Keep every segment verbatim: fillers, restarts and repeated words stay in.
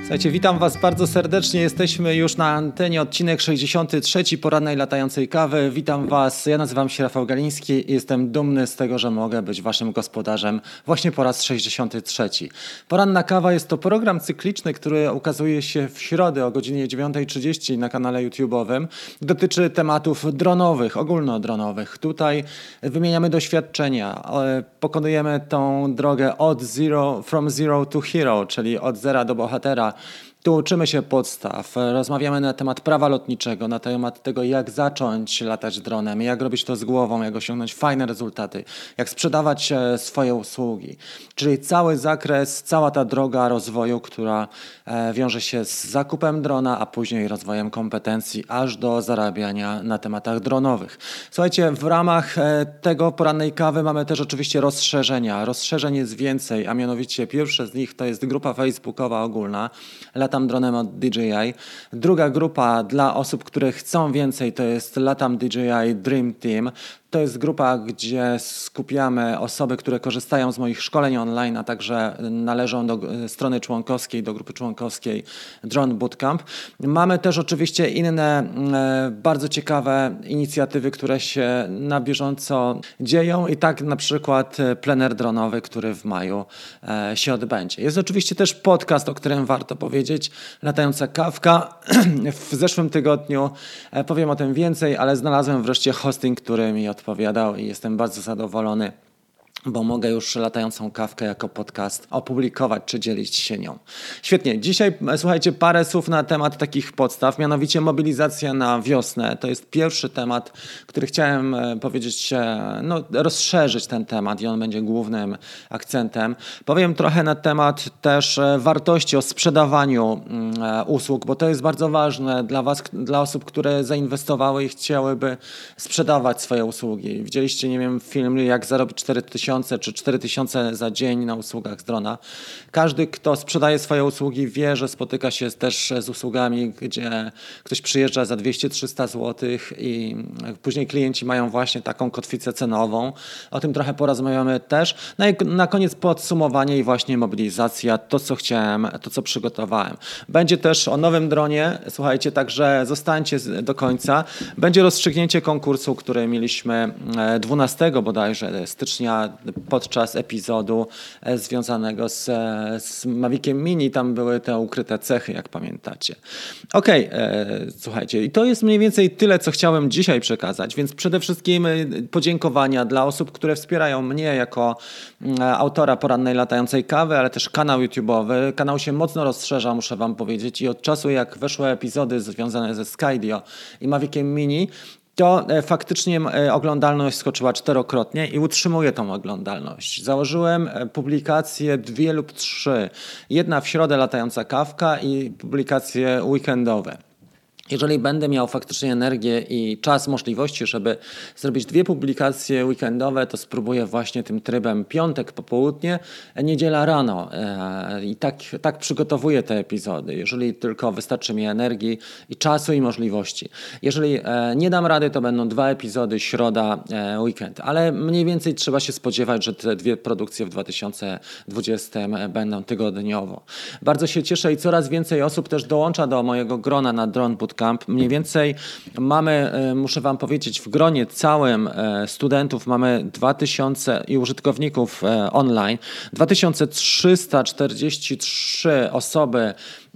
Słuchajcie, witam Was bardzo serdecznie. Jesteśmy już na antenie, odcinek sześćdziesiąty trzeci Porannej Latającej Kawy. Witam Was, ja nazywam się Rafał Galiński i jestem dumny z tego, że mogę być Waszym gospodarzem właśnie po raz sześćdziesiąty trzeci. Poranna Kawa jest to program cykliczny, który ukazuje się w środę o godzinie dziewiąta trzydzieści na kanale YouTube'owym. Dotyczy tematów dronowych, ogólnodronowych. Tutaj wymieniamy doświadczenia, pokonujemy tą drogę od zero, from zero to hero, czyli od zera do bohatera. Tu uczymy się podstaw, rozmawiamy na temat prawa lotniczego, na temat tego, jak zacząć latać dronem, jak robić to z głową, jak osiągnąć fajne rezultaty, jak sprzedawać swoje usługi. Czyli cały zakres, cała ta droga rozwoju, która wiąże się z zakupem drona, a później rozwojem kompetencji, aż do zarabiania na tematach dronowych. Słuchajcie, w ramach tego porannej kawy mamy też oczywiście rozszerzenia. Rozszerzeń jest więcej, a mianowicie pierwsze z nich to jest grupa facebookowa ogólna, Latam dronem od D J I. Druga grupa dla osób, które chcą więcej, to jest Latam D J I Dream Team. To jest grupa, gdzie skupiamy osoby, które korzystają z moich szkoleń online, a także należą do strony członkowskiej, do grupy członkowskiej Drone Bootcamp. Mamy też oczywiście inne bardzo ciekawe inicjatywy, które się na bieżąco dzieją i tak na przykład plener dronowy, który w maju się odbędzie. Jest oczywiście też podcast, o którym warto powiedzieć, Latająca Kawka. W zeszłym tygodniu powiem o tym więcej, ale znalazłem wreszcie hosting, który mi odpowiadał i jestem bardzo zadowolony, bo mogę już latającą kawkę jako podcast opublikować czy dzielić się nią. Świetnie. Dzisiaj słuchajcie, parę słów na temat takich podstaw, mianowicie mobilizacja na wiosnę. To jest pierwszy temat, który chciałem powiedzieć, no rozszerzyć ten temat i on będzie głównym akcentem. Powiem trochę na temat też wartości o sprzedawaniu usług, bo to jest bardzo ważne dla Was, dla osób, które zainwestowały i chciałyby sprzedawać swoje usługi. Widzieliście, nie wiem, film jak zarobić cztery tysiące czy cztery tysiące za dzień na usługach z drona. Każdy, kto sprzedaje swoje usługi, wie, że spotyka się też z usługami, gdzie ktoś przyjeżdża za dwieście trzysta złotych i później klienci mają właśnie taką kotwicę cenową. O tym trochę porozmawiamy też. No i na koniec podsumowanie i właśnie mobilizacja, to co chciałem, to co przygotowałem. Będzie też o nowym dronie, słuchajcie, także zostańcie do końca. Będzie rozstrzygnięcie konkursu, który mieliśmy dwunastego bodajże stycznia podczas epizodu związanego z, z Maviciem Mini. Tam były te ukryte cechy, jak pamiętacie. Okej, okay, słuchajcie, i to jest mniej więcej tyle, co chciałem dzisiaj przekazać, więc przede wszystkim podziękowania dla osób, które wspierają mnie jako autora Porannej Latającej Kawy, ale też kanał YouTube'owy. Kanał się mocno rozszerza, muszę Wam powiedzieć, i od czasu, jak weszły epizody związane ze Skydio i Maviciem Mini, to faktycznie oglądalność skoczyła czterokrotnie i utrzymuję tą oglądalność. Założyłem publikacje dwie lub trzy. Jedna w środę Latająca Kawka i publikacje weekendowe. Jeżeli będę miał faktycznie energię i czas, możliwości, żeby zrobić dwie publikacje weekendowe, to spróbuję właśnie tym trybem piątek popołudnie, niedziela rano. I tak, tak przygotowuję te epizody, jeżeli tylko wystarczy mi energii i czasu i możliwości. Jeżeli nie dam rady, to będą dwa epizody, środa, weekend. Ale mniej więcej trzeba się spodziewać, że te dwie produkcje w dwa tysiące dwudziestym będą tygodniowo. Bardzo się cieszę i coraz więcej osób też dołącza do mojego grona na Drone Bootcamp. Mniej więcej mamy, muszę Wam powiedzieć, w gronie całym studentów mamy dwa tysiące i użytkowników online, dwa tysiące trzysta czterdzieści trzy osoby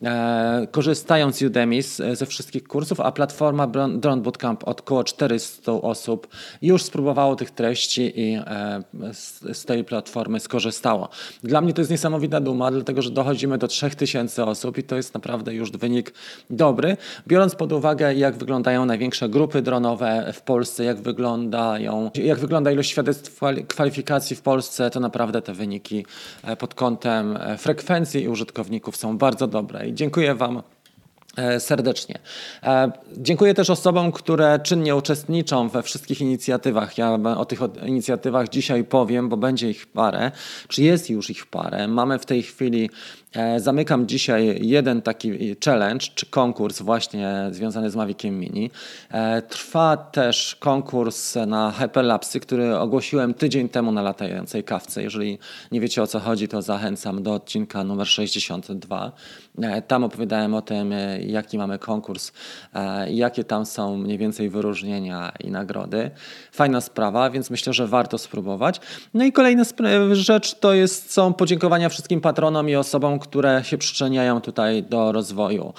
E, korzystają z Udemy z, ze wszystkich kursów, a platforma Drone Bootcamp od około czterysta osób już spróbowało tych treści i e, z, z tej platformy skorzystało. Dla mnie to jest niesamowita duma, dlatego że dochodzimy do trzy tysiące osób i to jest naprawdę już wynik dobry, biorąc pod uwagę, jak wyglądają największe grupy dronowe w Polsce, jak wyglądają, jak wygląda ilość świadectw kwalifikacji w Polsce, to naprawdę te wyniki pod kątem frekwencji i użytkowników są bardzo dobre. I dziękuję Wam serdecznie. Dziękuję też osobom, które czynnie uczestniczą we wszystkich inicjatywach. Ja o tych inicjatywach dzisiaj powiem, bo będzie ich parę, czy jest już ich parę. Mamy w tej chwili, zamykam dzisiaj jeden taki challenge, czy konkurs właśnie związany z Maviciem Mini. Trwa też konkurs na Hyperlapsy, który ogłosiłem tydzień temu na latającej kawce. Jeżeli nie wiecie, o co chodzi, to zachęcam do odcinka numer sześćdziesiąt dwa. Tam opowiadałem o tym, jaki mamy konkurs i jakie tam są mniej więcej wyróżnienia i nagrody. Fajna sprawa, więc myślę, że warto spróbować. No i kolejna rzecz to jest, są podziękowania wszystkim patronom i osobom, które się przyczyniają tutaj do rozwoju.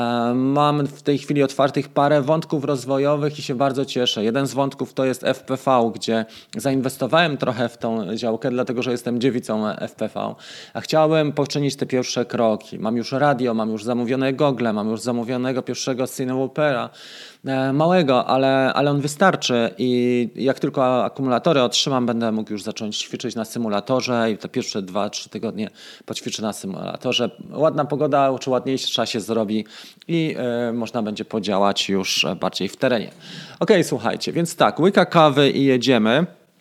Mam w tej chwili otwartych parę wątków rozwojowych i się bardzo cieszę. Jeden z wątków to jest F P V, gdzie zainwestowałem trochę w tą działkę, dlatego że jestem dziewicą F P V, a chciałem poczynić te pierwsze kroki. Mam już radio, mam już zamówione gogle, mam już zamówionego pierwszego Cinewoopera, małego, ale, ale on wystarczy i jak tylko akumulatory otrzymam, będę mógł już zacząć ćwiczyć na symulatorze i te pierwsze dwa trzy tygodnie poćwiczę na symulatorze. Ładna pogoda, czy ładniejsza się zrobi i y, można będzie podziałać już bardziej w terenie. Ok, słuchajcie, więc tak, łyka kawy i jedziemy.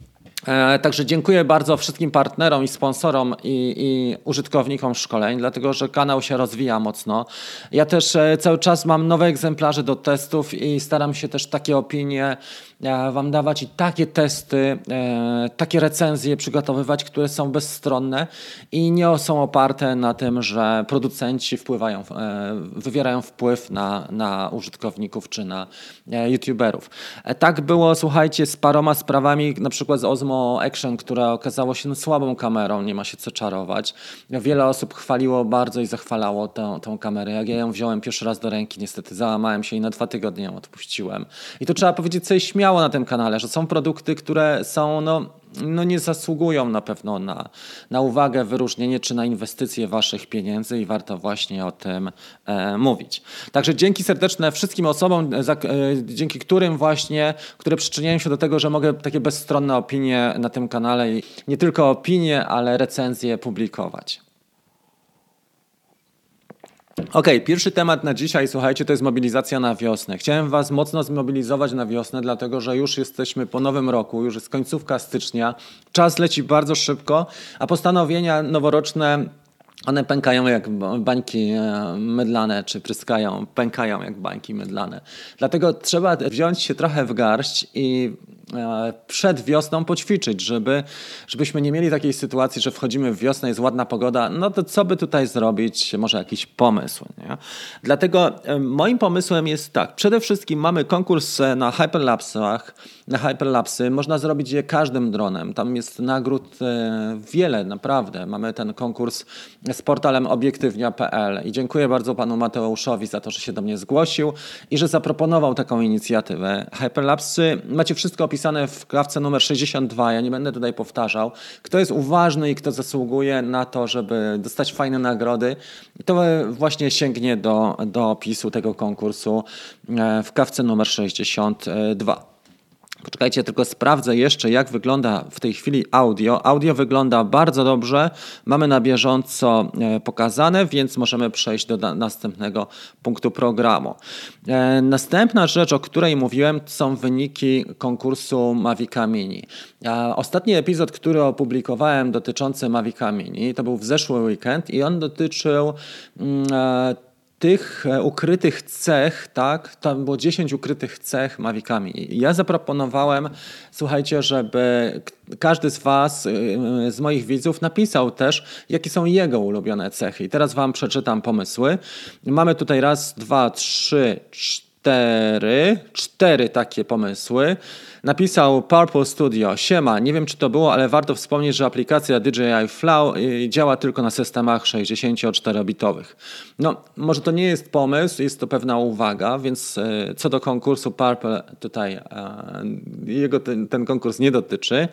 E, także dziękuję bardzo wszystkim partnerom i sponsorom i, i użytkownikom szkoleń, dlatego że kanał się rozwija mocno. Ja też e, cały czas mam nowe egzemplarze do testów i staram się też takie opinie e, wam dawać i takie testy, e, takie recenzje przygotowywać, które są bezstronne i nie są oparte na tym, że producenci wpływają, e, wywierają wpływ na, na użytkowników czy na e, youtuberów. E, tak było, słuchajcie, z paroma sprawami, na przykład z Osmo Action, która okazało się no, słabą kamerą, nie ma się co czarować. Wiele osób chwaliło bardzo i zachwalało tę, tę kamerę. Jak ja ją wziąłem pierwszy raz do ręki, niestety załamałem się i na dwa tygodnie ją odpuściłem. I to trzeba powiedzieć sobie śmiało na tym kanale, że są produkty, które są no, no nie zasługują na pewno na, na uwagę, wyróżnienie czy na inwestycje waszych pieniędzy i warto właśnie o tym e, mówić. Także dzięki serdeczne wszystkim osobom, za, e, dzięki którym właśnie, które przyczyniają się do tego, że mogę takie bezstronne opinie na tym kanale i nie tylko opinie, ale recenzje publikować. Ok, pierwszy temat na dzisiaj, słuchajcie, to jest mobilizacja na wiosnę. Chciałem was mocno zmobilizować na wiosnę, dlatego że już jesteśmy po nowym roku, już jest końcówka stycznia, czas leci bardzo szybko, a postanowienia noworoczne one pękają jak bańki mydlane, czy pryskają, pękają jak bańki mydlane. Dlatego trzeba wziąć się trochę w garść i przed wiosną poćwiczyć, żeby, żebyśmy nie mieli takiej sytuacji, że wchodzimy w wiosnę, jest ładna pogoda, no to co by tutaj zrobić? Może jakiś pomysł. Nie? Dlatego moim pomysłem jest tak, przede wszystkim mamy konkurs na Hyperlapsach, na Hyperlapsy, można zrobić je każdym dronem, tam jest nagród wiele, naprawdę. Mamy ten konkurs z portalem obiektywnia kropka p l i dziękuję bardzo panu Mateuszowi za to, że się do mnie zgłosił i że zaproponował taką inicjatywę. Hyperlapsy, macie wszystko opisane w kawce numer sześćdziesiąt dwa, ja nie będę tutaj powtarzał. Kto jest uważny i kto zasługuje na to, żeby dostać fajne nagrody, to właśnie sięgnie do, do opisu tego konkursu w kawce numer sześćdziesiąt dwa. Poczekajcie, tylko sprawdzę jeszcze, jak wygląda w tej chwili audio. Audio wygląda bardzo dobrze, mamy na bieżąco pokazane, więc możemy przejść do następnego punktu programu. Następna rzecz, o której mówiłem, to są wyniki konkursu Mavica Mini. Ostatni epizod, który opublikowałem dotyczący Mavica Mini, to był w zeszły weekend i on dotyczył tych ukrytych cech, tak, tam było dziesięć ukrytych cech Mavica Mini. Ja zaproponowałem, słuchajcie, żeby każdy z was, z moich widzów napisał też, jakie są jego ulubione cechy. I teraz wam przeczytam pomysły. Mamy tutaj raz, dwa, trzy, cztery, cztery takie pomysły. Napisał Purple Studio. Siema, nie wiem czy to było, ale warto wspomnieć, że aplikacja D J I Flow działa tylko na systemach sześćdziesięcioczterobitowych. No, może to nie jest pomysł, jest to pewna uwaga, więc co do konkursu Purple, tutaj jego ten, ten konkurs nie dotyczy.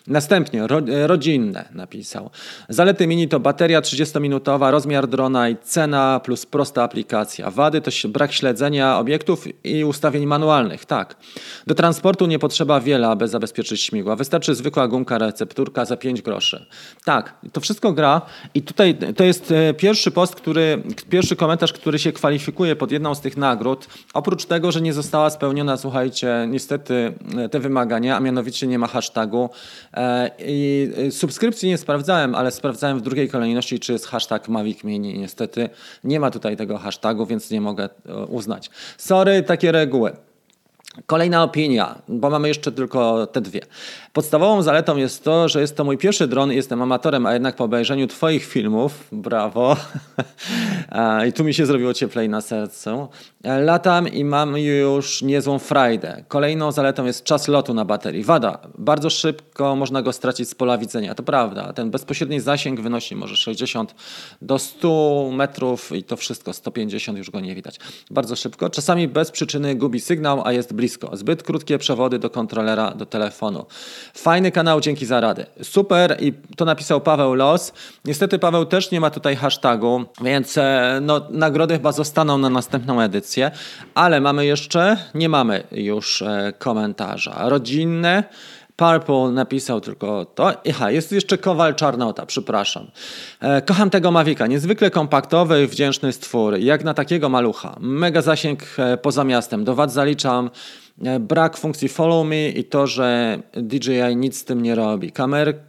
Następnie ro, rodzinne napisał. Zalety mini to bateria trzydziestominutowa, rozmiar drona i cena plus prosta aplikacja. Wady to brak śledzenia obiektów i ustawień manualnych. Tak. Do transportu nie potrzeba wiele, aby zabezpieczyć śmigła. Wystarczy zwykła gumka, recepturka za pięć groszy. Tak, to wszystko gra i tutaj to jest pierwszy post, który, pierwszy komentarz, który się kwalifikuje pod jedną z tych nagród. Oprócz tego, że nie została spełniona, słuchajcie, niestety te wymagania, a mianowicie nie ma hashtagu. I subskrypcji nie sprawdzałem, ale sprawdzałem w drugiej kolejności, czy jest hashtag Mavic Mini. Niestety nie ma tutaj tego hashtagu, więc nie mogę uznać. Sorry, takie reguły. Kolejna opinia, bo mamy jeszcze tylko te dwie. Podstawową zaletą jest to, że jest to mój pierwszy dron i jestem amatorem, a jednak po obejrzeniu twoich filmów, brawo, i tu mi się zrobiło cieplej na sercu, latam i mam już niezłą frajdę. Kolejną zaletą jest czas lotu na baterii. Wada, bardzo szybko można go stracić z pola widzenia, to prawda. Ten bezpośredni zasięg wynosi może sześćdziesiąt do stu metrów i to wszystko, sto pięćdziesiąt już go nie widać. Bardzo szybko, czasami bez przyczyny gubi sygnał, a jest blisko. Zbyt krótkie przewody do kontrolera, do telefonu. Fajny kanał, dzięki za radę. Super i to napisał Paweł Los. Niestety Paweł też nie ma tutaj hashtagu, więc no, nagrody chyba zostaną na następną edycję, ale mamy jeszcze, nie mamy już e, komentarza. Rodzinne. Purple napisał tylko to. Aha, jest jeszcze Kowal Czarnota, przepraszam. E, kocham tego Mavica, niezwykle kompaktowy i wdzięczny stwór, jak na takiego malucha. Mega zasięg e, poza miastem. Do wad zaliczam e, brak funkcji follow me i to, że D J I nic z tym nie robi. Kamerka,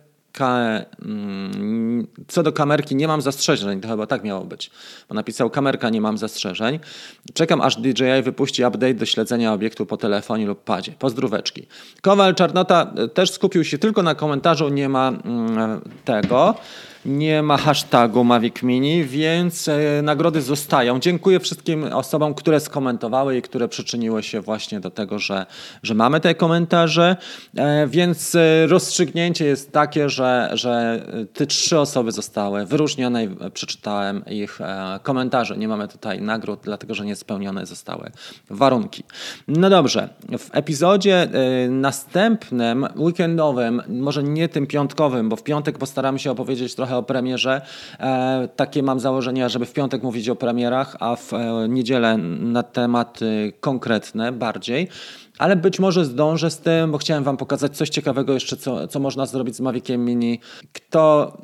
mm, co do kamerki nie mam zastrzeżeń, to chyba tak miało być, bo napisał kamerka nie mam zastrzeżeń. Czekam aż D J I wypuści update do śledzenia obiektu po telefonie lub padzie. Pozdróweczki. Kowal Czarnota też skupił się tylko na komentarzu, nie ma mm, tego. Nie ma hashtagu Mavic Mini, więc e, nagrody zostają. Dziękuję wszystkim osobom, które skomentowały i które przyczyniły się właśnie do tego, że, że mamy te komentarze. E, więc e, rozstrzygnięcie jest takie, że, że te trzy osoby zostały wyróżnione i przeczytałem ich e, komentarze. Nie mamy tutaj nagród, dlatego że niespełnione zostały warunki. No dobrze, w epizodzie e, następnym, weekendowym, może nie tym piątkowym, bo w piątek postaramy się opowiedzieć trochę o premierze. E, takie mam założenia, żeby w piątek mówić o premierach, a w e, niedzielę na tematy konkretne bardziej. Ale być może zdążę z tym, bo chciałem wam pokazać coś ciekawego jeszcze, co, co można zrobić z Maviciem Mini. Kto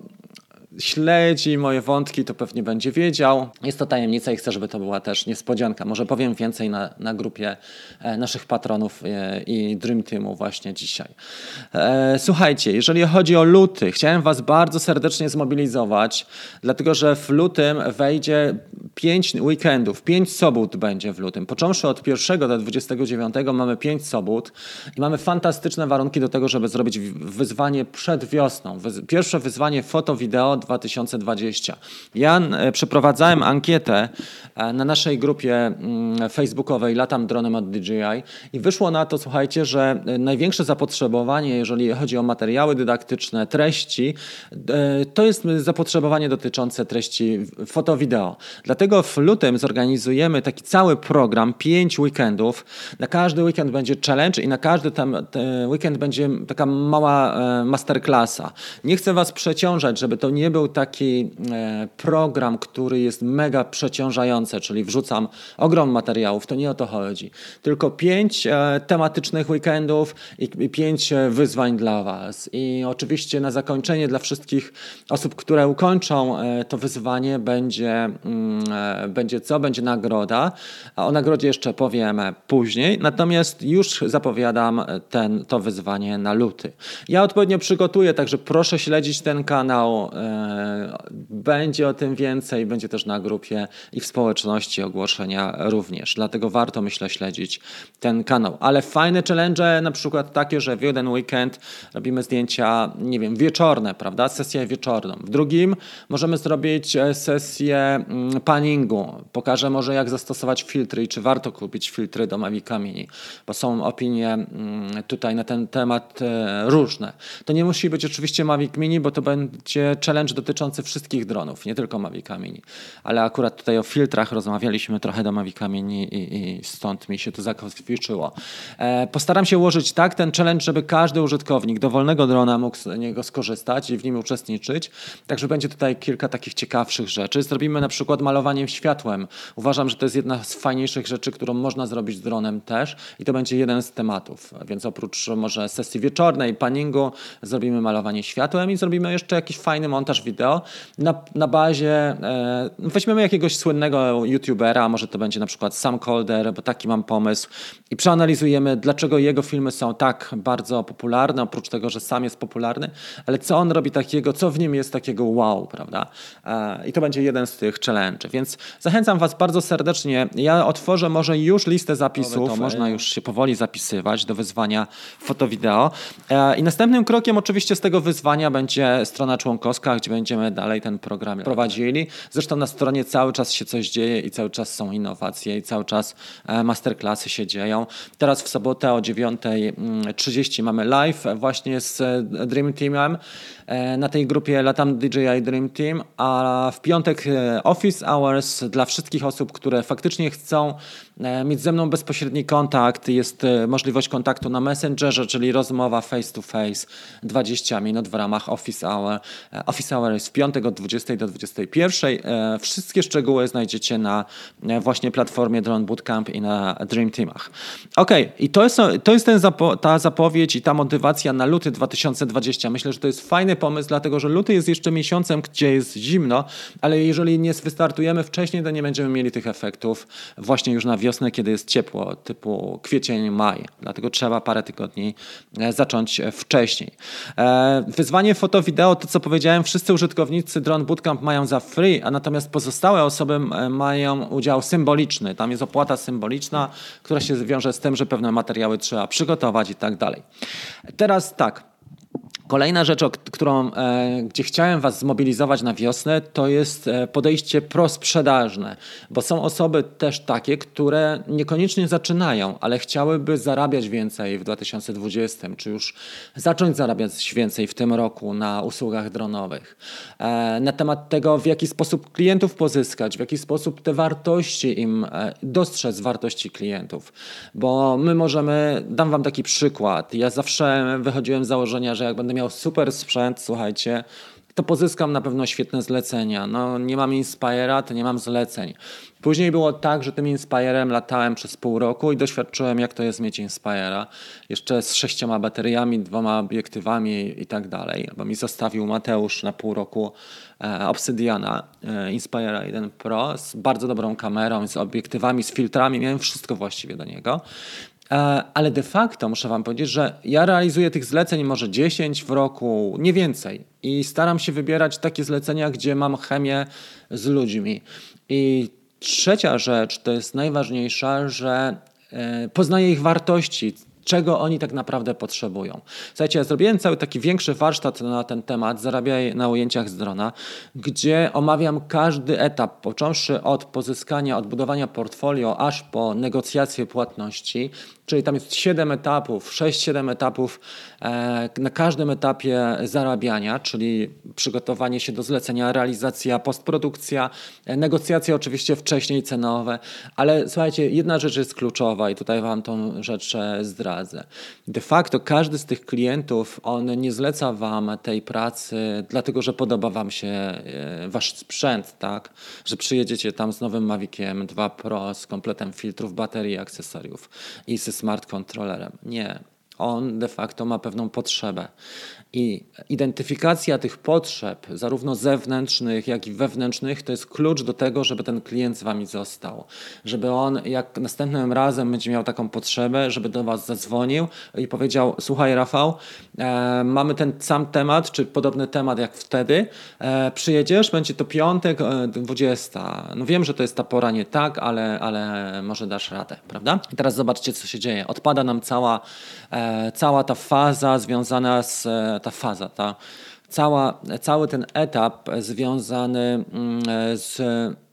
śledzi moje wątki, to pewnie będzie wiedział. Jest to tajemnica i chcę, żeby to była też niespodzianka. Może powiem więcej na, na grupie e, naszych patronów e, i Dream Teamu właśnie dzisiaj. E, słuchajcie, jeżeli chodzi o luty, chciałem was bardzo serdecznie zmobilizować, dlatego że w lutym wejdzie pięć weekendów, pięć sobót będzie w lutym. Począwszy od pierwszego do dwudziestego dziewiątego mamy pięć sobót i mamy fantastyczne warunki do tego, żeby zrobić wyzwanie przed wiosną. Pierwsze wyzwanie foto-wideo dwa tysiące dwudziesty. Ja e, przeprowadzałem ankietę e, na naszej grupie mm, facebookowej Latam dronem od D J I i wyszło na to, słuchajcie, że e, największe zapotrzebowanie, jeżeli chodzi o materiały dydaktyczne, treści, e, to jest zapotrzebowanie dotyczące treści foto-wideo. Dlatego w lutym zorganizujemy taki cały program, pięć weekendów. Na każdy weekend będzie challenge i na każdy tam weekend będzie taka mała e, masterclassa. Nie chcę was przeciążać, żeby to nie był taki e, program, który jest mega przeciążający, czyli wrzucam ogrom materiałów, to nie o to chodzi. Tylko pięć e, tematycznych weekendów i, i pięć e, wyzwań dla was. I oczywiście na zakończenie dla wszystkich osób, które ukończą e, to wyzwanie będzie, mm, e, będzie co? Będzie nagroda. A o nagrodzie jeszcze powiem później. Natomiast już zapowiadam ten, to wyzwanie na luty. Ja odpowiednio przygotuję, także proszę śledzić ten kanał. Będzie o tym więcej, będzie też na grupie i w społeczności ogłoszenia również. Dlatego warto, myślę, śledzić ten kanał. Ale fajne challenge, na przykład takie, że w jeden weekend robimy zdjęcia, nie wiem, wieczorne, prawda? Sesję wieczorną. W drugim możemy zrobić sesję paningu. Pokażę może jak zastosować filtry i czy warto kupić filtry do Mavica Mini, bo są opinie mm, tutaj na ten temat e, różne. To nie musi być oczywiście Mavic Mini, bo to będzie challenge dotyczący wszystkich dronów, nie tylko Mavica Mini. Ale akurat tutaj o filtrach rozmawialiśmy trochę do Mavica Mini i, i stąd mi się to zakotwiczyło. E, postaram się ułożyć tak ten challenge, żeby każdy użytkownik dowolnego drona mógł z niego skorzystać i w nim uczestniczyć. Także będzie tutaj kilka takich ciekawszych rzeczy. Zrobimy na przykład malowaniem światłem. Uważam, że to jest jedna z fajniejszych rzeczy, którą można zrobić z dronem też i to będzie jeden z tematów. Więc oprócz może sesji wieczornej, paningu, zrobimy malowanie światłem i zrobimy jeszcze jakiś fajny montaż wideo na, na bazie, e, weźmiemy jakiegoś słynnego youtubera, może to będzie na przykład Sam Kolder, bo taki mam pomysł i przeanalizujemy, dlaczego jego filmy są tak bardzo popularne, oprócz tego, że sam jest popularny, ale co on robi takiego, co w nim jest takiego wow, prawda? E, I to będzie jeden z tych challenge, więc zachęcam Was bardzo serdecznie. Ja otworzę może już listę zapisów, to można już się powoli zapisywać do wyzwania foto-wideo. E, I następnym krokiem oczywiście z tego wyzwania będzie strona członkowska, gdzie będziemy dalej ten program prowadzili. Zresztą na stronie cały czas się coś dzieje i cały czas są innowacje i cały czas e, masterclassy się dzieją. Teraz w sobotę o dziewiąta trzydzieści mamy live właśnie z Dream Teamem. E, na tej grupie latam D J I Dream Team, a w piątek e, Office Hours dla wszystkich osób, które faktycznie chcą e, mieć ze mną bezpośredni kontakt. Jest e, możliwość kontaktu na Messengerze, czyli rozmowa face to face dwadzieścia minut w ramach Office Hour. E, Office Hour jest w piątek od dwudziestej do dwudziestej pierwszej. E, wszystkie szczegóły znajdziecie na e, właśnie platformie Drone Bootcamp i na Dream Teamach. Okej, okay. I to jest, to jest ten zapo- ta zapowiedź i ta motywacja na luty dwa tysiące dwudziesty. Myślę, że to jest fajny pomysł, dlatego że luty jest jeszcze miesiącem, gdzie jest zimno, ale jeżeli nie wystartujemy wcześniej, to nie będziemy mieli tych efektów właśnie już na wiosnę, kiedy jest ciepło, typu kwiecień, maj. Dlatego trzeba parę tygodni zacząć wcześniej. Wyzwanie foto-wideo, to co powiedziałem, wszyscy użytkownicy Drone Bootcamp mają za free, a natomiast pozostałe osoby mają udział symboliczny. Tam jest opłata symboliczna, która się wiąże z tym, że pewne materiały trzeba przygotować i tak dalej. Teraz tak. Kolejna rzecz, o którą, e, gdzie chciałem Was zmobilizować na wiosnę, to jest podejście prosprzedażne, bo są osoby też takie, które niekoniecznie zaczynają, ale chciałyby zarabiać więcej w dwa tysiące dwudziestym, czy już zacząć zarabiać więcej w tym roku na usługach dronowych. E, na temat tego, w jaki sposób klientów pozyskać, w jaki sposób te wartości im e, dostrzec wartości klientów, bo my możemy, dam Wam taki przykład, ja zawsze wychodziłem z założenia, że jak będę miał super sprzęt, słuchajcie, to pozyskam na pewno świetne zlecenia. No nie mam Inspira, to nie mam zleceń. Później było tak, że tym Inspirem latałem przez pół roku i doświadczyłem, jak to jest mieć Inspira. Jeszcze z sześcioma bateriami, dwoma obiektywami i tak dalej, bo mi zostawił Mateusz na pół roku e, Obsidiana e, Inspira jeden Pro z bardzo dobrą kamerą, z obiektywami, z filtrami. Miałem wszystko właściwie do niego. Ale de facto muszę Wam powiedzieć, że ja realizuję tych zleceń może dziesięć w roku, nie więcej. I staram się wybierać takie zlecenia, gdzie mam chemię z ludźmi. I trzecia rzecz, to jest najważniejsza, że poznaję ich wartości, czego oni tak naprawdę potrzebują. Słuchajcie, ja zrobiłem cały taki większy warsztat na ten temat, zarabiaj na ujęciach z drona, gdzie omawiam każdy etap, począwszy od pozyskania, odbudowania portfolio, aż po negocjacje płatności, czyli tam jest siedem etapów, sześć siedem etapów e, na każdym etapie zarabiania, czyli przygotowanie się do zlecenia, realizacja, postprodukcja, e, negocjacje oczywiście wcześniej cenowe, ale słuchajcie, jedna rzecz jest kluczowa i tutaj Wam tą rzecz zdradzę. De facto każdy z tych klientów, on nie zleca Wam tej pracy dlatego, że podoba Wam się e, Wasz sprzęt, tak? Że przyjedziecie tam z nowym Maviciem dwa Pro z kompletem filtrów, baterii, akcesoriów i ze smart kontrolerem. Nie. On de facto ma pewną potrzebę. I identyfikacja tych potrzeb, zarówno zewnętrznych, jak i wewnętrznych, to jest klucz do tego, żeby ten klient z Wami został. Żeby on, jak następnym razem będzie miał taką potrzebę, żeby do Was zadzwonił i powiedział: słuchaj Rafał, e, mamy ten sam temat, czy podobny temat jak wtedy, e, przyjedziesz, będzie to piątek, e, dwudziesta. No wiem, że to jest ta pora nie tak, ale, ale może dasz radę, prawda? I teraz zobaczcie, co się dzieje. Odpada nam cała, e, cała ta faza związana z e, ta faza, ta cała, cały ten etap związany z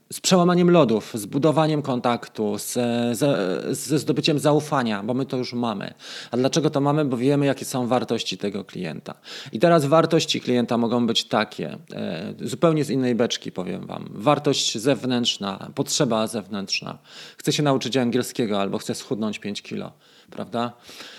z przełamaniem lodów, z budowaniem kontaktu, z, ze, ze zdobyciem zaufania, bo my to już mamy. A dlaczego to mamy? Bo wiemy, jakie są wartości tego klienta. I teraz wartości klienta mogą być takie, e, zupełnie z innej beczki powiem wam. Wartość zewnętrzna, potrzeba zewnętrzna. Chcę się nauczyć angielskiego albo chcę schudnąć pięć kilo, prawda?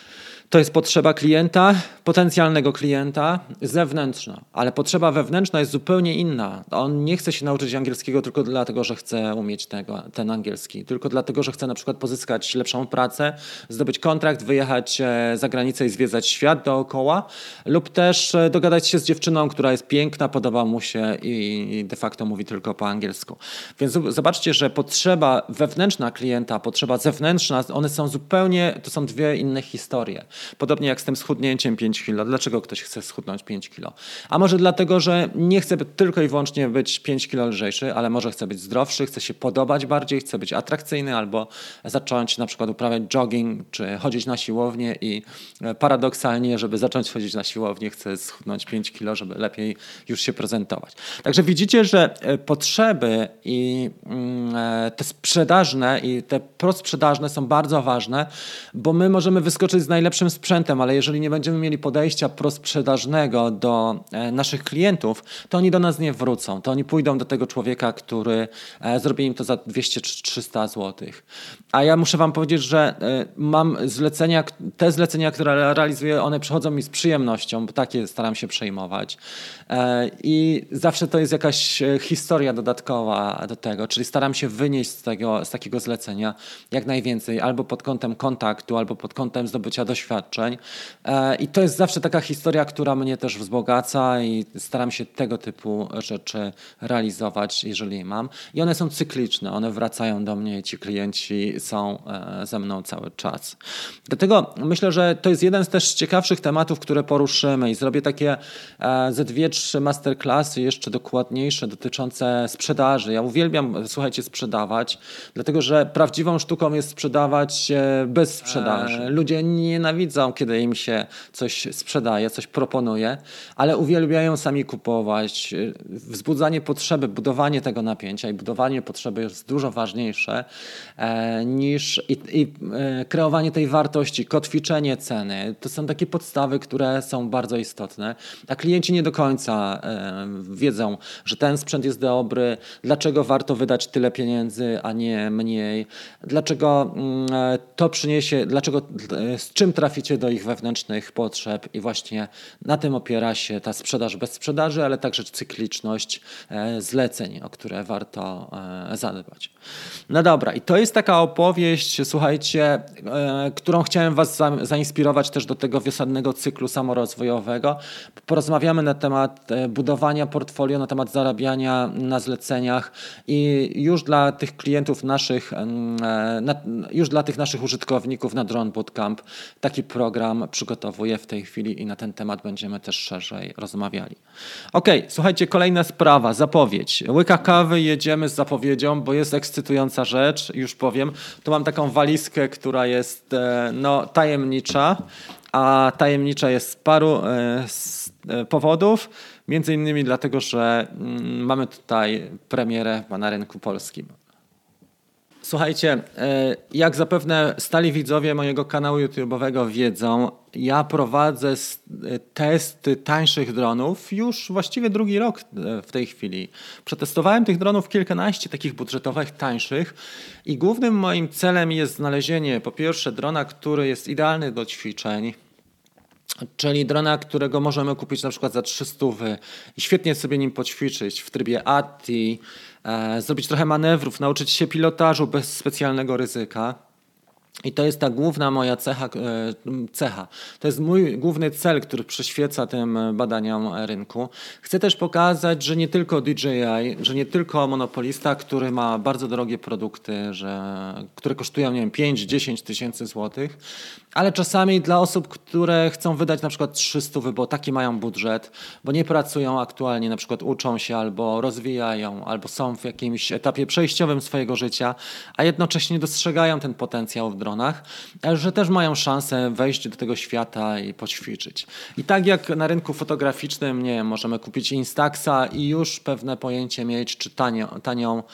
To jest potrzeba klienta, potencjalnego klienta, zewnętrzna, ale potrzeba wewnętrzna jest zupełnie inna. On nie chce się nauczyć angielskiego tylko dlatego, że chce umieć tego, ten angielski, tylko dlatego, że chce na przykład pozyskać lepszą pracę, zdobyć kontrakt, wyjechać za granicę i zwiedzać świat dookoła, lub też dogadać się z dziewczyną, która jest piękna, podoba mu się i de facto mówi tylko po angielsku. Więc zobaczcie, że potrzeba wewnętrzna klienta, potrzeba zewnętrzna, one są zupełnie, to są dwie inne historie. Podobnie jak z tym schudnięciem pięć kilo. Dlaczego ktoś chce schudnąć pięć kilo? A może dlatego, że nie chce tylko i wyłącznie być pięć kilo lżejszy, ale może chce być zdrowszy, chce się podobać bardziej, chce być atrakcyjny albo zacząć na przykład uprawiać jogging czy chodzić na siłownię i paradoksalnie, żeby zacząć chodzić na siłownię, chce schudnąć pięć kilo, żeby lepiej już się prezentować. Także widzicie, że potrzeby i te sprzedażne i te prosprzedażne są bardzo ważne, bo my możemy wyskoczyć z najlepszym sprzętem, ale jeżeli nie będziemy mieli podejścia prosprzedażnego do e, naszych klientów, to oni do nas nie wrócą. To oni pójdą do tego człowieka, który e, zrobi im to za dwieście czy trzysta złotych. A ja muszę wam powiedzieć, że e, mam zlecenia, te zlecenia, które realizuję, one przychodzą mi z przyjemnością, bo takie staram się przejmować. E, I zawsze to jest jakaś historia dodatkowa do tego, czyli staram się wynieść z, tego, z takiego zlecenia jak najwięcej, albo pod kątem kontaktu, albo pod kątem zdobycia doświadczeń. I to jest zawsze taka historia, która mnie też wzbogaca i staram się tego typu rzeczy realizować, jeżeli mam. I one są cykliczne, one wracają do mnie i ci klienci są ze mną cały czas. Dlatego myślę, że to jest jeden z też ciekawszych tematów, które poruszymy i zrobię takie ze dwie, trzy masterclassy jeszcze dokładniejsze dotyczące sprzedaży. Ja uwielbiam, słuchajcie, sprzedawać, dlatego że prawdziwą sztuką jest sprzedawać bez sprzedaży. Ludzie nienawidzą, kiedy im się coś sprzedaje, coś proponuje, ale uwielbiają sami kupować. Wzbudzanie potrzeby, budowanie tego napięcia i budowanie potrzeby jest dużo ważniejsze e, niż i, i e, kreowanie tej wartości, kotwiczenie ceny. To są takie podstawy, które są bardzo istotne, a klienci nie do końca e, wiedzą, że ten sprzęt jest dobry, dlaczego warto wydać tyle pieniędzy, a nie mniej, dlaczego mm, to przyniesie, dlaczego z czym traficie do ich wewnętrznych potrzeb i właśnie na tym opiera się ta sprzedaż bez sprzedaży, ale także cykliczność zleceń, o które warto zadbać. No dobra, i to jest taka opowieść, słuchajcie, którą chciałem was zainspirować też do tego wiosennego cyklu samorozwojowego. Porozmawiamy na temat budowania portfolio, na temat zarabiania na zleceniach i już dla tych klientów naszych, już dla tych naszych użytkowników na Drone Bootcamp taki program przygotowuję w tej chwili i na ten temat będziemy też szerzej rozmawiali. Okej, słuchajcie, kolejna sprawa, zapowiedź. Łyka kawy, jedziemy z zapowiedzią, bo jest ekscytująca rzecz, już powiem. Tu mam taką walizkę, która jest no, tajemnicza, a tajemnicza jest z paru z powodów, między innymi dlatego, że mamy tutaj premierę na rynku polskim. Słuchajcie, jak zapewne stali widzowie mojego kanału YouTube'owego wiedzą, ja prowadzę testy tańszych dronów już właściwie drugi rok w tej chwili. Przetestowałem tych dronów kilkanaście takich budżetowych, tańszych i głównym moim celem jest znalezienie po pierwsze drona, który jest idealny do ćwiczeń, czyli drona, którego możemy kupić na przykład za trzysta i świetnie sobie nim poćwiczyć w trybie A T I, e, zrobić trochę manewrów, nauczyć się pilotażu bez specjalnego ryzyka. I to jest ta główna moja cecha, cecha. To jest mój główny cel, który przyświeca tym badaniom rynku. Chcę też pokazać, że nie tylko D J I, że nie tylko monopolista, który ma bardzo drogie produkty, że, które kosztują nie wiem, pięć do dziesięciu tysięcy złotych, ale czasami dla osób, które chcą wydać na przykład trzysta, bo taki mają budżet, bo nie pracują aktualnie, na przykład uczą się albo rozwijają, albo są w jakimś etapie przejściowym swojego życia, a jednocześnie dostrzegają ten potencjał w dronach, że też mają szansę wejść do tego świata i poćwiczyć. I tak jak na rynku fotograficznym, nie wiem, możemy kupić Instaxa i już pewne pojęcie mieć, czy tanio, tanią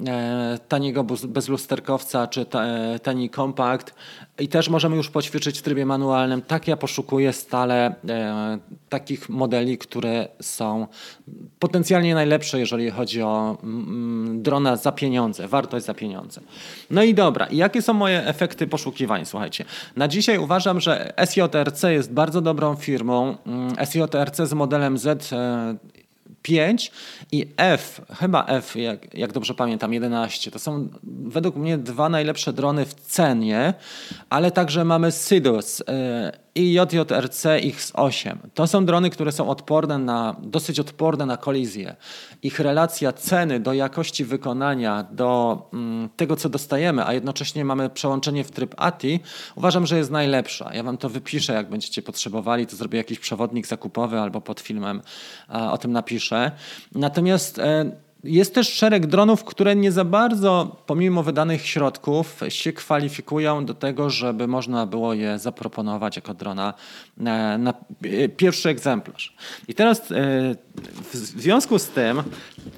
e, taniego buz- bezlusterkowca czy ta, e, tani kompakt i też możemy już poćwiczyć w trybie manualnym. Tak ja poszukuję stale e, takich modeli, które są potencjalnie najlepsze, jeżeli chodzi o mm, drona za pieniądze, wartość za pieniądze. No i dobra, i jakie są moje efekty poszukiwań? Słuchajcie, na dzisiaj uważam, że S J R C jest bardzo dobrą firmą. Mm, S J R C z modelem Z e, pięć i F, chyba F, jak, jak dobrze pamiętam, jedenaście. To są według mnie dwa najlepsze drony w cenie, ale także mamy Sidus y, i J J R C X osiem. To są drony, które są odporne na, dosyć odporne na kolizję. Ich relacja ceny do jakości wykonania, do mm, tego, co dostajemy, a jednocześnie mamy przełączenie w tryb A T I, uważam, że jest najlepsza. Ja wam to wypiszę, jak będziecie potrzebowali, to zrobię jakiś przewodnik zakupowy albo pod filmem a, o tym napiszę. Natomiast e, jest też szereg dronów, które nie za bardzo, pomimo wydanych środków, się kwalifikują do tego, żeby można było je zaproponować jako drona na, na pierwszy egzemplarz. I teraz e, w związku z tym e,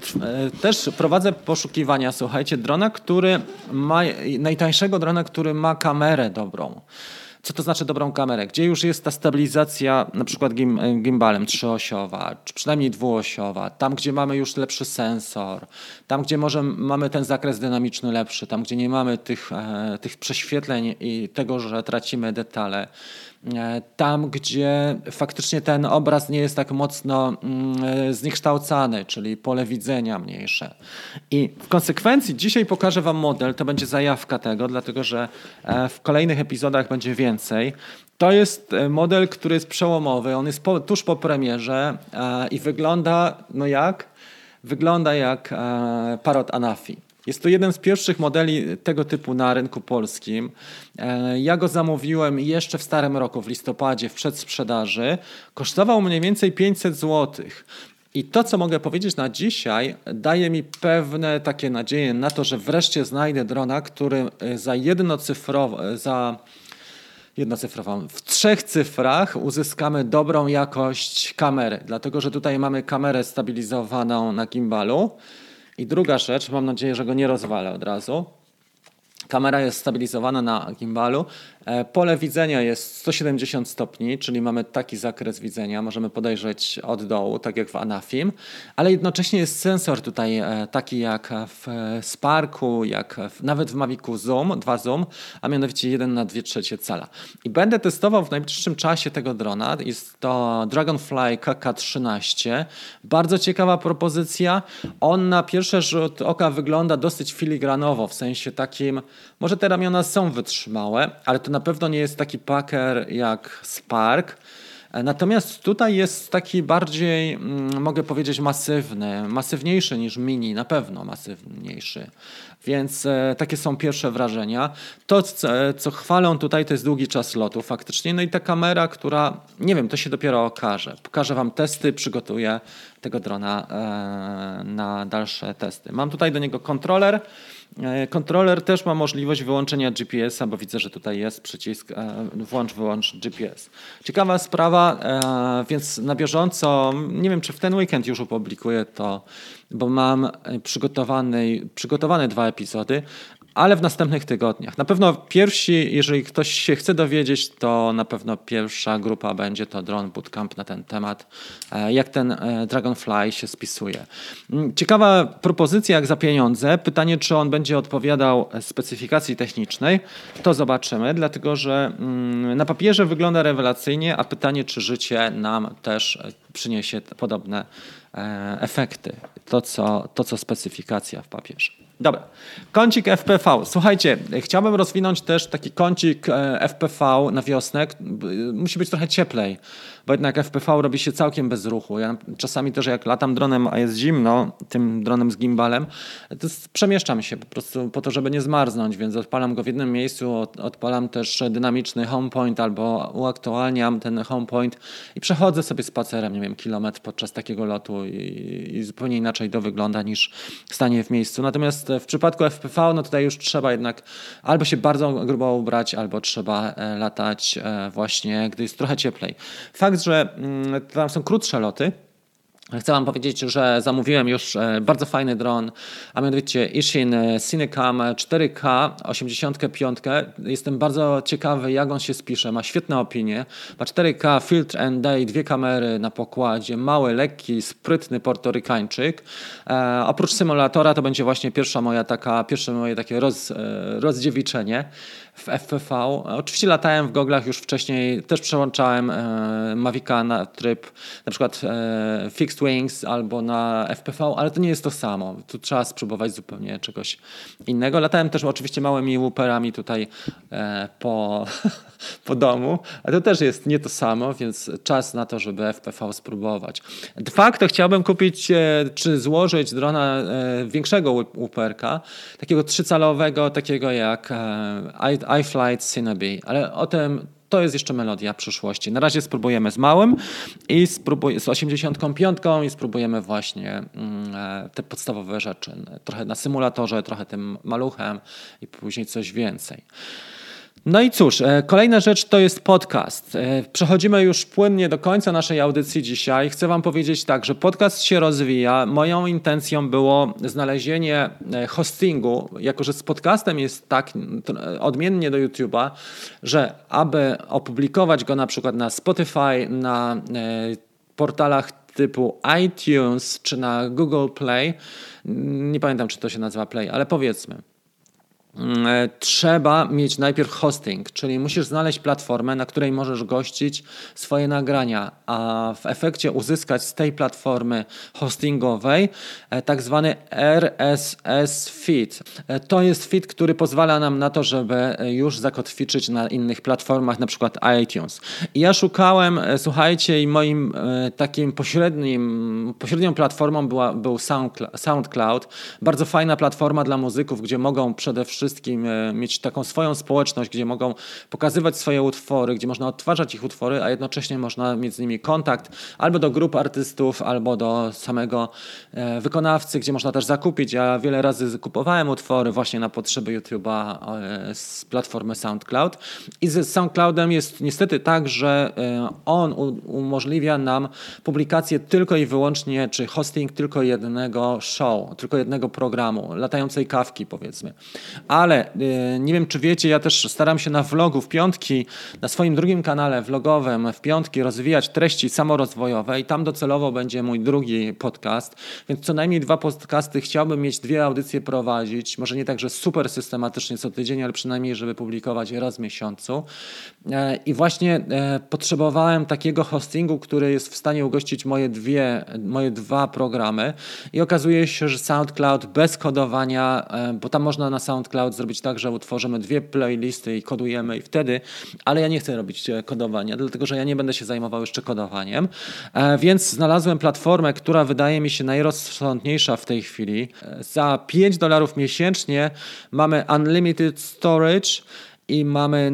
też prowadzę poszukiwania, słuchajcie, drona, który ma, najtańszego drona, który ma kamerę dobrą. Co to znaczy dobrą kamerę? Gdzie już jest ta stabilizacja na przykład gim, gimbalem trzyosiowa, czy przynajmniej dwuosiowa, tam gdzie mamy już lepszy sensor, tam gdzie może mamy ten zakres dynamiczny lepszy, tam gdzie nie mamy tych, e, tych prześwietleń i tego, że tracimy detale. Tam, gdzie faktycznie ten obraz nie jest tak mocno mm, zniekształcany, czyli pole widzenia mniejsze. I w konsekwencji dzisiaj pokażę wam model, to będzie zajawka tego, dlatego że w kolejnych epizodach będzie więcej. To jest model, który jest przełomowy, on jest po, tuż po premierze e, i wygląda, no jak? Wygląda jak e, Parrot Anafi. Jest to jeden z pierwszych modeli tego typu na rynku polskim. Ja go zamówiłem jeszcze w starym roku, w listopadzie, w przedsprzedaży. Kosztował mniej więcej pięćset złotych. I to, co mogę powiedzieć na dzisiaj, daje mi pewne takie nadzieje na to, że wreszcie znajdę drona, który za jednocyfrowo, za jednocyfrową, w trzech cyfrach uzyskamy dobrą jakość kamery. Dlatego, że tutaj mamy kamerę stabilizowaną na gimbalu. I druga rzecz, mam nadzieję, że go nie rozwalę od razu. Kamera jest stabilizowana na gimbalu. Pole widzenia jest sto siedemdziesiąt stopni, czyli mamy taki zakres widzenia. Możemy podejrzeć od dołu, tak jak w Anafim, ale jednocześnie jest sensor tutaj taki jak w Sparku, jak w, nawet w Mavicu Zoom, dwa Zoom, a mianowicie jeden na dwie trzecie cala. I będę testował w najbliższym czasie tego drona. Jest to Dragonfly K K trzynaście. Bardzo ciekawa propozycja. On na pierwszy rzut oka wygląda dosyć filigranowo, w sensie takim, może te ramiona są wytrzymałe, ale to na pewno nie jest taki packer jak Spark. Natomiast tutaj jest taki bardziej, mm, mogę powiedzieć, masywny, masywniejszy niż Mini, na pewno masywniejszy. Więc e, takie są pierwsze wrażenia. To, co, co chwalą tutaj, to jest długi czas lotu faktycznie. No i ta kamera, która, nie wiem, to się dopiero okaże. Pokażę wam testy, przygotuję tego drona e, na dalsze testy. Mam tutaj do niego kontroler. Kontroler też ma możliwość wyłączenia G P S a, bo widzę, że tutaj jest przycisk włącz, wyłącz G P S. Ciekawa sprawa, więc na bieżąco, nie wiem czy w ten weekend już opublikuję to, bo mam przygotowany, przygotowane dwa epizody, ale w następnych tygodniach. Na pewno pierwsi, jeżeli ktoś się chce dowiedzieć, to na pewno pierwsza grupa będzie to Drone Bootcamp na ten temat, jak ten Dragonfly się spisuje. Ciekawa propozycja jak za pieniądze. Pytanie, czy on będzie odpowiadał specyfikacji technicznej, to zobaczymy, dlatego że na papierze wygląda rewelacyjnie, a pytanie, czy życie nam też przyniesie podobne efekty. To, co, to, co specyfikacja w papierze. Dobra, kącik F P V. Słuchajcie, chciałbym rozwinąć też taki kącik F P V na wiosnę. Musi być trochę cieplej, bo jednak F P V robi się całkiem bez ruchu. Ja czasami też jak latam dronem, a jest zimno, tym dronem z gimbalem, to przemieszczam się po prostu po to, żeby nie zmarznąć, więc odpalam go w jednym miejscu, odpalam też dynamiczny home point albo uaktualniam ten home point i przechodzę sobie spacerem, nie wiem, kilometr podczas takiego lotu i, i zupełnie inaczej to wygląda niż stanie w miejscu. Natomiast w przypadku F P V, no tutaj już trzeba jednak albo się bardzo grubo ubrać, albo trzeba latać właśnie, gdy jest trochę cieplej. Fakt, że tam są krótsze loty, Chcę wam powiedzieć, że zamówiłem już bardzo fajny dron, a mianowicie Ishin Cinecam cztery K osiemdziesiąt pięć. Jestem bardzo ciekawy, jak on się spisze. Ma świetne opinie. Ma cztery K, filtr N D, dwie kamery na pokładzie. Mały, lekki, sprytny portorykańczyk. E, oprócz symulatora to będzie właśnie pierwsza moja taka, pierwsze moje takie roz, rozdziewiczenie w F P V. Oczywiście latałem w goglach już wcześniej, też przełączałem e, Mavica na tryb na przykład e, Fixed Wings albo na F P V, ale to nie jest to samo. Tu trzeba spróbować zupełnie czegoś innego. Latałem też oczywiście małymi łuperami tutaj e, po, po domu, ale to też jest nie to samo, więc czas na to, żeby F P V spróbować. De facto chciałbym kupić e, czy złożyć drona e, większego łuperka, takiego trzycalowego, takiego jak e, iFlight Cinebee, ale o tym to jest jeszcze melodia przyszłości. Na razie spróbujemy z małym i spróbuj, z osiemdziesiąt pięć i spróbujemy właśnie mm, te podstawowe rzeczy. Trochę na symulatorze, trochę tym maluchem i później coś więcej. No i cóż, kolejna rzecz to jest podcast. Przechodzimy już płynnie do końca naszej audycji dzisiaj. Chcę wam powiedzieć tak, że podcast się rozwija. Moją intencją było znalezienie hostingu, jako że z podcastem jest tak odmiennie do YouTube'a, że aby opublikować go na przykład na Spotify, na portalach typu iTunes czy na Google Play, nie pamiętam czy to się nazywa Play, ale powiedzmy, trzeba mieć najpierw hosting, czyli musisz znaleźć platformę, na której możesz gościć swoje nagrania, a w efekcie uzyskać z tej platformy hostingowej tak zwany R S S feed. To jest feed, który pozwala nam na to, żeby już zakotwiczyć na innych platformach, na przykład iTunes. I ja szukałem, słuchajcie, i moim takim pośrednim, pośrednią platformą była, był SoundCloud. Bardzo fajna platforma dla muzyków, gdzie mogą przede wszystkim wszystkim mieć taką swoją społeczność, gdzie mogą pokazywać swoje utwory, gdzie można odtwarzać ich utwory, a jednocześnie można mieć z nimi kontakt albo do grup artystów, albo do samego wykonawcy, gdzie można też zakupić. Ja wiele razy kupowałem utwory właśnie na potrzeby YouTube'a z platformy SoundCloud. I z SoundCloudem jest niestety tak, że on umożliwia nam publikację tylko i wyłącznie, czy hosting tylko jednego show, tylko jednego programu, latającej kawki powiedzmy. Ale y, nie wiem, czy wiecie, ja też staram się na vlogu w piątki, na swoim drugim kanale vlogowym w piątki rozwijać treści samorozwojowe i tam docelowo będzie mój drugi podcast, więc co najmniej dwa podcasty chciałbym mieć, dwie audycje prowadzić, może nie tak, że super systematycznie co tydzień, ale przynajmniej, żeby publikować je raz w miesiącu. E, I właśnie e, potrzebowałem takiego hostingu, który jest w stanie ugościć moje dwie, moje dwa programy i okazuje się, że SoundCloud bez kodowania, e, bo tam można na SoundCloud zrobić tak, że utworzymy dwie playlisty i kodujemy i wtedy, ale ja nie chcę robić kodowania, dlatego że ja nie będę się zajmował jeszcze kodowaniem, e, więc znalazłem platformę, która wydaje mi się najrozsądniejsza w tej chwili. Za pięć dolarów miesięcznie mamy unlimited storage i mamy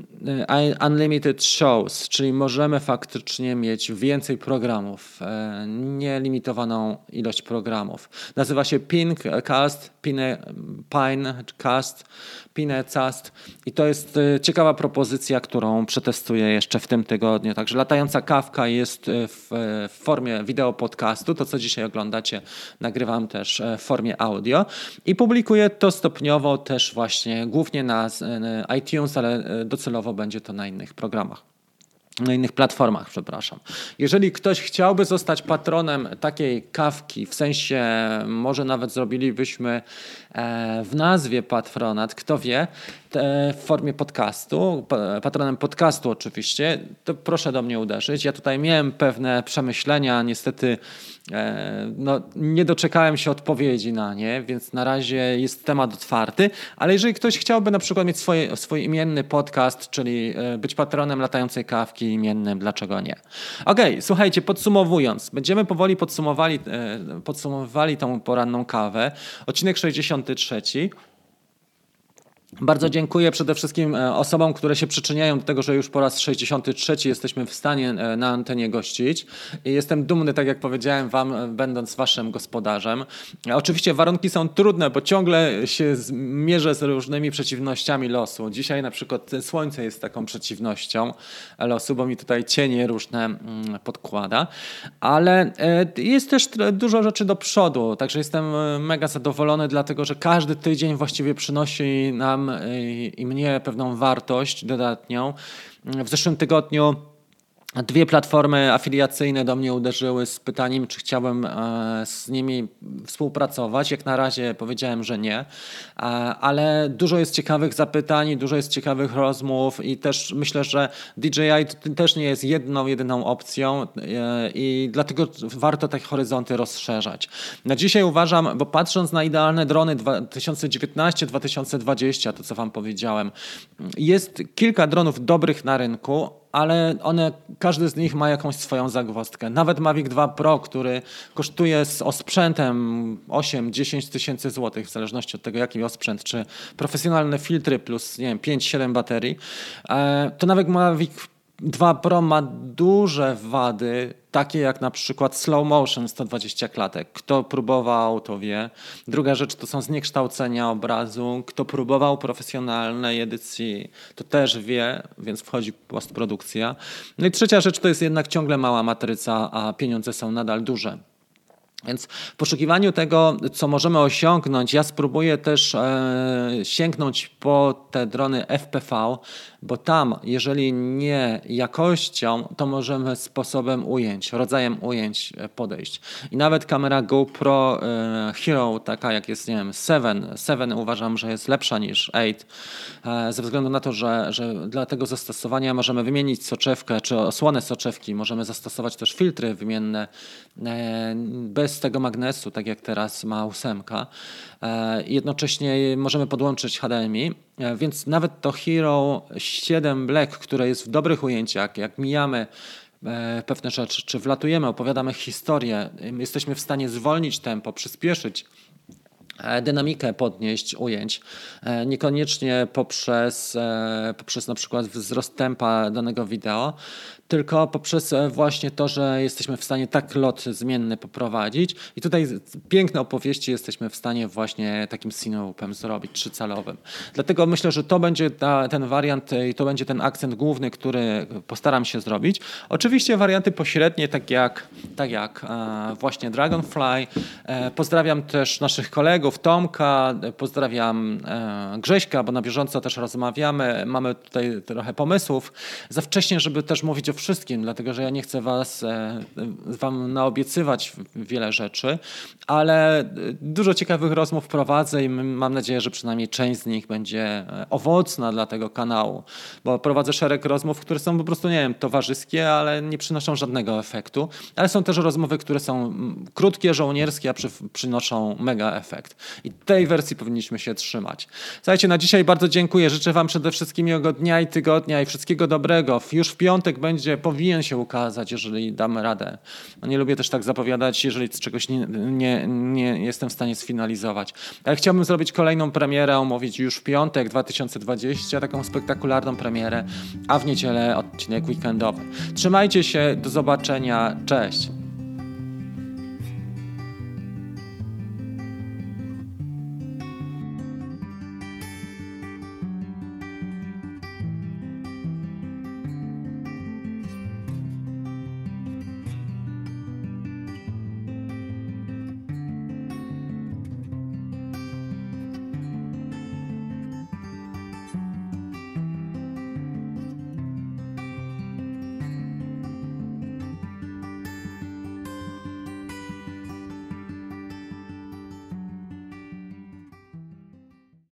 unlimited shows, czyli możemy faktycznie mieć więcej programów, nielimitowaną ilość programów. Nazywa się Pinecast, Pine, Pinecast, Pinecast i to jest ciekawa propozycja, którą przetestuję jeszcze w tym tygodniu. Także latająca kawka jest w, w formie wideo podcastu, to co dzisiaj oglądacie nagrywam też w formie audio i publikuję to stopniowo też właśnie głównie na iTunes, ale docelowo będzie to na innych programach. Na innych platformach, przepraszam. Jeżeli ktoś chciałby zostać patronem takiej kawki, w sensie może nawet zrobilibyśmy w nazwie patronat, kto wie, w formie podcastu, patronem podcastu oczywiście, to proszę do mnie uderzyć. Ja tutaj miałem pewne przemyślenia, niestety no, nie doczekałem się odpowiedzi na nie, więc na razie jest temat otwarty, ale jeżeli ktoś chciałby na przykład mieć swoje, swój imienny podcast, czyli być patronem latającej kawki imiennym, dlaczego nie? Okej, okay, słuchajcie, podsumowując, będziemy powoli podsumowali, podsumowywali tą poranną kawę. Odcinek sześćdziesiąty trzeci. Bardzo dziękuję przede wszystkim osobom, które się przyczyniają do tego, że już po raz sześćdziesiąty trzeci jesteśmy w stanie na antenie gościć. I jestem dumny, tak jak powiedziałem wam, będąc waszym gospodarzem. Oczywiście warunki są trudne, bo ciągle się mierzę z różnymi przeciwnościami losu. Dzisiaj na przykład słońce jest taką przeciwnością losu, bo mi tutaj cienie różne podkłada. Ale jest też dużo rzeczy do przodu, także jestem mega zadowolony, dlatego że każdy tydzień właściwie przynosi nam i mnie pewną wartość dodatnią. W zeszłym tygodniu dwie platformy afiliacyjne do mnie uderzyły z pytaniem, czy chciałbym z nimi współpracować. Jak na razie powiedziałem, że nie, ale dużo jest ciekawych zapytań, dużo jest ciekawych rozmów i też myślę, że D J I też nie jest jedną, jedyną opcją i dlatego warto te horyzonty rozszerzać. Na dzisiaj uważam, bo patrząc na idealne drony dwa tysiące dziewiętnaście dwa tysiące dwadzieścia, to co wam powiedziałem, jest kilka dronów dobrych na rynku, ale one, każdy z nich ma jakąś swoją zagwozdkę. Nawet Mavic dwa Pro, który kosztuje z osprzętem osiem dziesięć tysięcy złotych, w zależności od tego, jaki osprzęt, czy profesjonalne filtry plus, nie wiem, pięć siedem baterii, to nawet Mavic dwa Pro ma duże wady, takie jak na przykład slow motion sto dwadzieścia klatek. Kto próbował, to wie. Druga rzecz to są zniekształcenia obrazu. Kto próbował profesjonalnej edycji, to też wie, więc wchodzi postprodukcja. No i trzecia rzecz to jest jednak ciągle mała matryca, a pieniądze są nadal duże. Więc w poszukiwaniu tego, co możemy osiągnąć, ja spróbuję też e, sięgnąć po te drony F P V, bo tam, jeżeli nie jakością, to możemy sposobem ujęć, rodzajem ujęć podejść. I nawet kamera GoPro e, Hero, taka jak jest, nie wiem, siedem, siedem uważam, że jest lepsza niż osiem, e, ze względu na to, że, że dla tego zastosowania możemy wymienić soczewkę, czy osłonę soczewki, możemy zastosować też filtry wymienne e, bez z tego magnesu, tak jak teraz ma ósemka. Jednocześnie możemy podłączyć H D M I, więc nawet to Hero siedem Black, które jest w dobrych ujęciach, jak mijamy pewne rzeczy, czy wlatujemy, opowiadamy historię, jesteśmy w stanie zwolnić tempo, przyspieszyć dynamikę, podnieść ujęć, niekoniecznie poprzez, poprzez na przykład wzrost tempa danego wideo, tylko poprzez właśnie to, że jesteśmy w stanie tak lot zmienny poprowadzić i tutaj piękne opowieści jesteśmy w stanie właśnie takim cinewupem zrobić, trzycalowym. Dlatego myślę, że to będzie ta, ten wariant i to będzie ten akcent główny, który postaram się zrobić. Oczywiście warianty pośrednie, tak jak, tak jak e, właśnie Dragonfly. E, pozdrawiam też naszych kolegów, Tomka, pozdrawiam e, Grześka, bo na bieżąco też rozmawiamy, mamy tutaj trochę pomysłów. Za wcześnie, żeby też mówić o wszystkim, dlatego że ja nie chcę was, wam naobiecywać wiele rzeczy, ale dużo ciekawych rozmów prowadzę i mam nadzieję, że przynajmniej część z nich będzie owocna dla tego kanału, bo prowadzę szereg rozmów, które są po prostu, nie wiem, towarzyskie, ale nie przynoszą żadnego efektu, ale są też rozmowy, które są krótkie, żołnierskie, a przy, przynoszą mega efekt. I tej wersji powinniśmy się trzymać. Słuchajcie, na dzisiaj bardzo dziękuję. Życzę wam przede wszystkim miłego dnia i tygodnia i wszystkiego dobrego. Już w piątek będzie powinien się ukazać, jeżeli damy radę. No nie lubię też tak zapowiadać, jeżeli czegoś nie, nie, nie jestem w stanie sfinalizować. Ale chciałbym zrobić kolejną premierę, omówić już w piątek dwa tysiące dwudziesty, taką spektakularną premierę, a w niedzielę odcinek weekendowy. Trzymajcie się, do zobaczenia, cześć!